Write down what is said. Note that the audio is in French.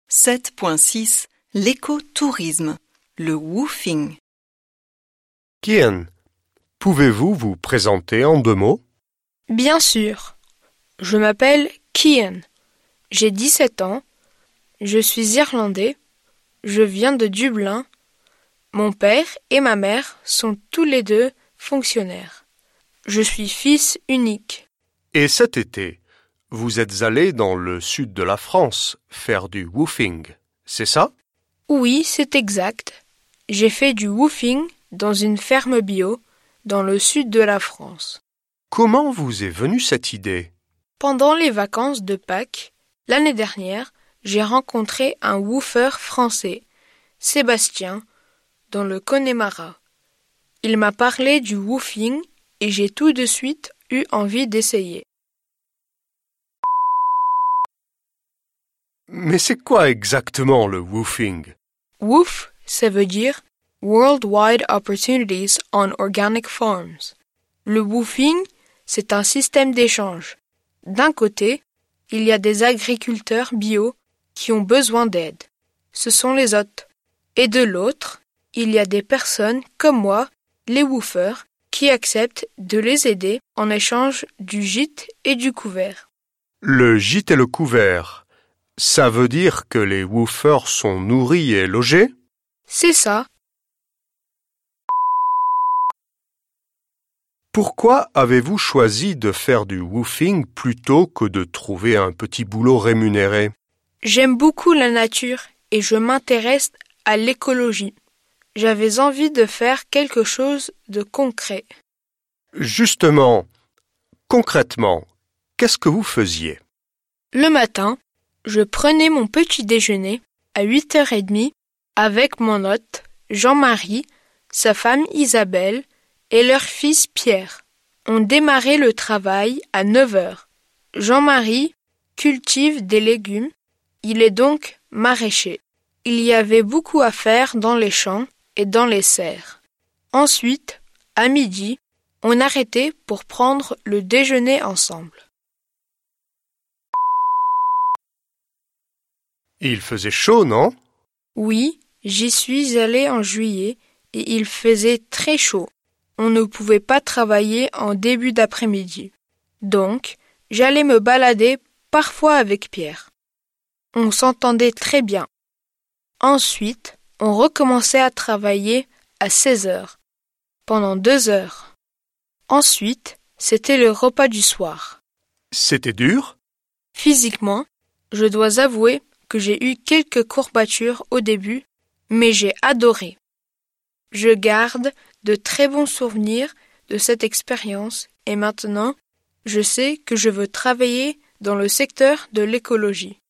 7.6 L'écotourisme, le woofing. Kian, pouvez-vous vous présenter en 2 mots? Bien sûr. Je m'appelle Kian. J'ai 17 ans. Je suis irlandais. Je viens de Dublin. Mon père et ma mère sont tous les deux fonctionnaires. Je suis fils unique. Et cet été, vous êtes allé dans le sud de la France faire du woofing, c'est ça? Oui, c'est exact. J'ai fait du woofing dans une ferme bio dans le sud de la France. Comment vous est venue cette idée? Pendant les vacances de Pâques, l'année dernière, j'ai rencontré un woofer français, Sébastien, dans le Connemara. Il m'a parlé du woofing et j'ai tout de suite eu envie d'essayer. Mais c'est quoi exactement le woofing? Woof, ça veut dire Worldwide Opportunities on Organic Farms. Le woofing, c'est un système d'échange. D'un côté, il y a des agriculteurs bio qui ont besoin d'aide. Ce sont les hôtes. Et de l'autre, il y a des personnes comme moi, les woofers, qui acceptent de les aider en échange du gîte et du couvert. Le gîte et le couvert, ça veut dire que les woofers sont nourris et logés? C'est ça. Pourquoi avez-vous choisi de faire du woofing plutôt que de trouver un petit boulot rémunéré? J'aime beaucoup la nature et je m'intéresse à l'écologie. J'avais envie de faire quelque chose de concret. Justement, concrètement, qu'est-ce que vous faisiez? Le matin, je prenais mon petit déjeuner à 8h30 avec mon hôte Jean-Marie, sa femme Isabelle et leur fils Pierre. On démarrait le travail à 9h. Jean-Marie cultive des légumes. Il est donc maraîcher. Il y avait beaucoup à faire dans les champs et dans les serres. Ensuite, à midi, on arrêtait pour prendre le déjeuner ensemble. Il faisait chaud, non? Oui, j'y suis allée en juillet et il faisait très chaud. On ne pouvait pas travailler en début d'après-midi. Donc, j'allais me balader parfois avec Pierre. On s'entendait très bien. Ensuite, on recommençait à travailler à 16h, pendant 2 heures. Ensuite, c'était le repas du soir. C'était dur? Physiquement, je dois avouer que j'ai eu quelques courbatures au début, mais j'ai adoré. Je garde de très bons souvenirs de cette expérience et maintenant, je sais que je veux travailler dans le secteur de l'écologie.